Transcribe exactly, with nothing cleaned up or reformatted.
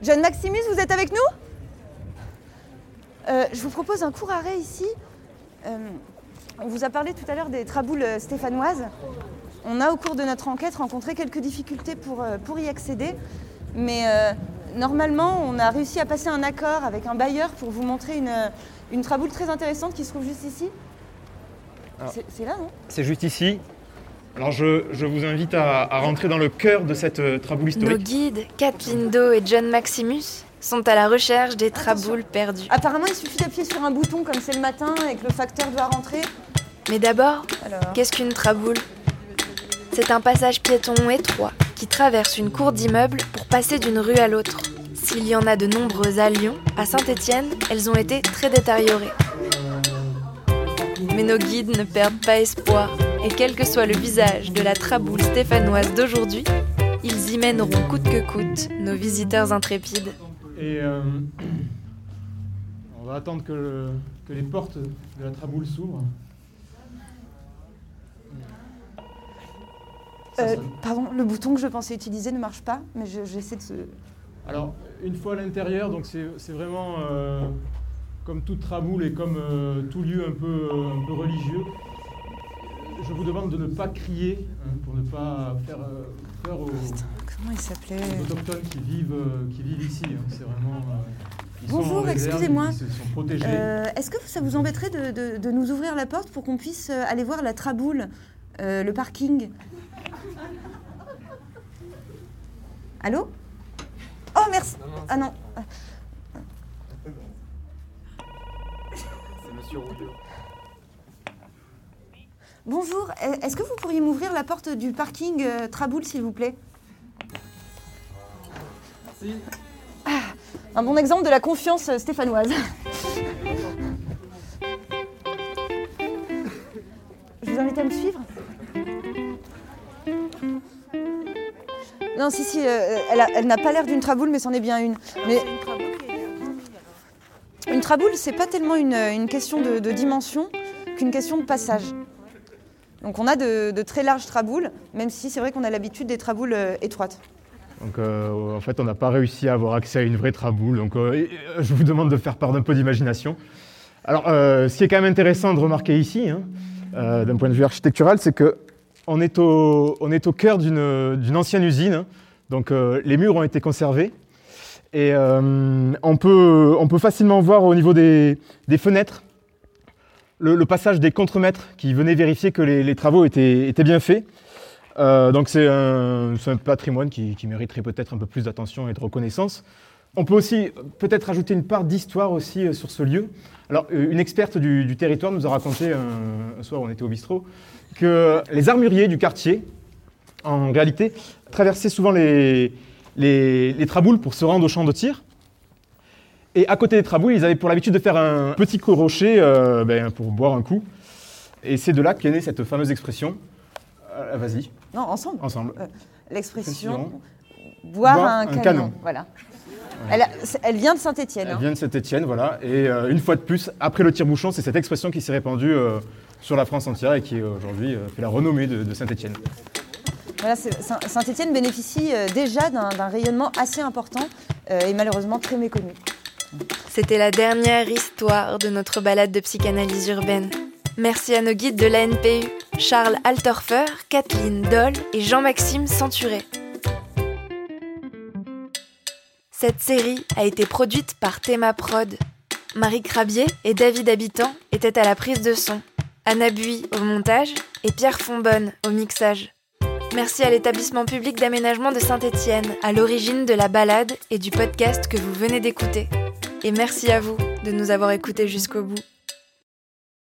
John Maximus, vous êtes avec nous ? euh, Je vous propose un court arrêt ici. Euh, on vous a parlé tout à l'heure des traboules stéphanoises. On a au cours de notre enquête rencontré quelques difficultés pour, pour y accéder. Mais euh, normalement, on a réussi à passer un accord avec un bailleur pour vous montrer une, une traboule très intéressante qui se trouve juste ici. C'est, c'est là, non ? C'est juste ici. Alors je, je vous invite à, à rentrer dans le cœur de cette euh, traboule historique. Nos guides, Kathleen Do et John Maximus, sont à la recherche des traboules perdues. Apparemment, il suffit d'appuyer sur un bouton comme c'est le matin et que le facteur doit rentrer. Mais d'abord, Alors... qu'est-ce qu'une traboule ? C'est un passage piéton étroit qui traverse une cour d'immeuble pour passer d'une rue à l'autre. S'il y en a de nombreuses à Lyon, à Saint-Étienne, elles ont été très détériorées. Mais nos guides ne perdent pas espoir. Et quel que soit le visage de la traboule stéphanoise d'aujourd'hui, ils y mèneront coûte que coûte nos visiteurs intrépides. Et euh, on va attendre que, le, que les portes de la traboule s'ouvrent. Euh, pardon, le bouton que je pensais utiliser ne marche pas, mais je, j'essaie de se... Alors, une fois à l'intérieur, donc c'est, c'est vraiment euh, comme toute traboule et comme euh, tout lieu un peu, un peu religieux. Je vous demande de ne pas crier, hein, pour ne pas faire euh, peur aux, Putain, comment il s'appelait aux autochtones qui vivent, euh, qui vivent ici. Hein. C'est vraiment... Euh, ils Bonjour, sont en réserve, excusez-moi. Ils se sont protégés. Euh, est-ce que ça vous embêterait de, de, de nous ouvrir la porte pour qu'on puisse aller voir la traboule, euh, le parking ? Allô ? Oh, merci. Non, non, ah non. C'est Monsieur Rouleau. Bonjour, est-ce que vous pourriez m'ouvrir la porte du parking euh, Traboule, s'il vous plaît ? Merci. Ah, un bon exemple de la confiance euh, stéphanoise. Je vous invite à me suivre. Non, si, si, euh, elle, a, elle n'a pas l'air d'une traboule, mais c'en est bien une. Mais... Une traboule, c'est pas tellement une, une question de, de dimension qu'une question de passage. Donc on a de, de très larges traboules, même si c'est vrai qu'on a l'habitude des traboules euh, étroites. Donc euh, en fait, on n'a pas réussi à avoir accès à une vraie traboule, donc euh, je vous demande de faire part d'un peu d'imagination. Alors, euh, ce qui est quand même intéressant de remarquer ici, hein, euh, d'un point de vue architectural, c'est qu'on est au, on est au cœur d'une, d'une ancienne usine, hein, donc euh, les murs ont été conservés, et euh, on, peut, on peut facilement voir au niveau des, des fenêtres le, le passage des contremaîtres qui venaient vérifier que les, les travaux étaient, étaient bien faits. Euh, donc c'est un, c'est un patrimoine qui, qui mériterait peut-être un peu plus d'attention et de reconnaissance. On peut aussi peut-être ajouter une part d'histoire aussi euh, sur ce lieu. Alors une experte du, du territoire nous a raconté un, un soir où on était au bistrot que les armuriers du quartier, en réalité, traversaient souvent les, les, les traboules pour se rendre au champ de tir. Et à côté des traboules, ils avaient pour l'habitude de faire un petit crochet euh, ben, pour boire un coup. Et c'est de là qu'est née cette fameuse expression. Euh, vas-y. Non, ensemble. Ensemble. Euh, l'expression Expression. boire, Boire un, un canon. canon. Voilà. Elle, a- elle vient de Saint-Étienne. Elle hein. vient de Saint-Étienne, voilà. Et euh, une fois de plus, après le tire-bouchon, c'est cette expression qui s'est répandue euh, sur la France entière et qui euh, aujourd'hui euh, fait la renommée de, de Saint-Étienne. Voilà, c'est- Saint- Saint-Étienne bénéficie euh, déjà d'un, d'un rayonnement assez important euh, et malheureusement très méconnu. C'était la dernière histoire de notre balade de psychanalyse urbaine. Merci à nos guides de l'A N P U, Charles Alterfer, Kathleen Doll et Jean-Maxime Centuré. Cette série a été produite par Théma Prod. Marie Crabier et David Habitant étaient à la prise de son, Anna Buis au montage et Pierre Fonbonne au mixage. Merci à l'établissement public d'aménagement de Saint-Étienne, à l'origine de la balade et du podcast que vous venez d'écouter. Et merci à vous de nous avoir écoutés jusqu'au bout.